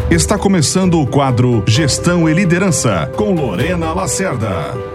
Está começando o quadro Gestão e Liderança, com Lorena Lacerda.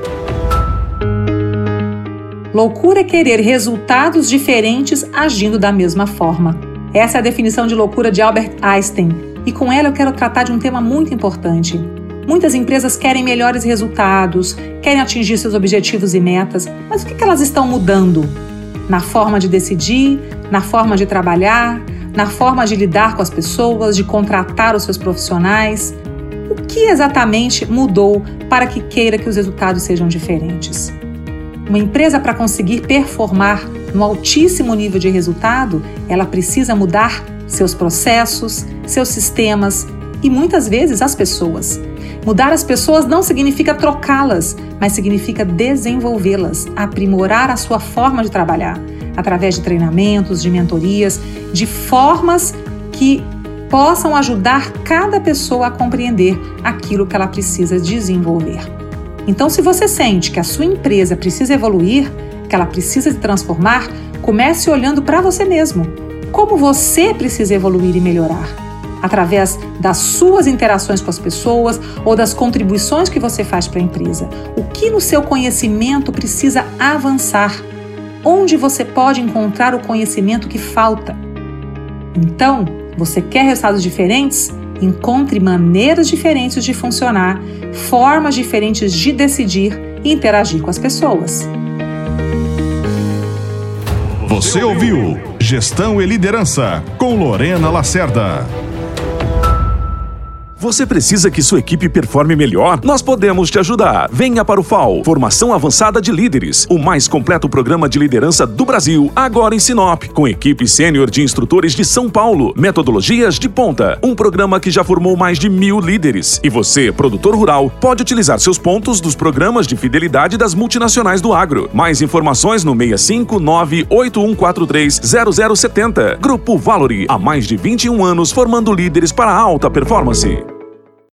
Loucura é querer resultados diferentes agindo da mesma forma. Essa é a definição de loucura de Albert Einstein. E com ela eu quero tratar de um tema muito importante. Muitas empresas querem melhores resultados, querem atingir seus objetivos e metas, mas o que elas estão mudando? Na forma de decidir, na forma de trabalhar, na forma de lidar com as pessoas, de contratar os seus profissionais. O que exatamente mudou para que queira que os resultados sejam diferentes? Uma empresa, para conseguir performar no altíssimo nível de resultado, ela precisa mudar seus processos, seus sistemas e muitas vezes as pessoas. Mudar as pessoas não significa trocá-las, mas significa desenvolvê-las, aprimorar a sua forma de trabalhar, através de treinamentos, de mentorias, de formas que possam ajudar cada pessoa a compreender aquilo que ela precisa desenvolver. Então, se você sente que a sua empresa precisa evoluir, que ela precisa se transformar, comece olhando para você mesmo. Como você precisa evoluir e melhorar? Através das suas interações com as pessoas ou das contribuições que você faz para a empresa. O que no seu conhecimento precisa avançar? Onde você pode encontrar o conhecimento que falta? Então, você quer resultados diferentes? Encontre maneiras diferentes de funcionar, formas diferentes de decidir e interagir com as pessoas. Você ouviu Gestão e Liderança, com Lorena Lacerda. Você precisa que sua equipe performe melhor? Nós podemos te ajudar. Venha para o FAO, Formação Avançada de Líderes, o mais completo programa de liderança do Brasil, agora em Sinop, com equipe sênior de instrutores de São Paulo, metodologias de ponta, um programa que já formou mais de 1.000 líderes. E você, produtor rural, pode utilizar seus pontos dos programas de fidelidade das multinacionais do agro. Mais informações no 659-8143-0070. Grupo Valori, há mais de 21 anos formando líderes para a alta performance.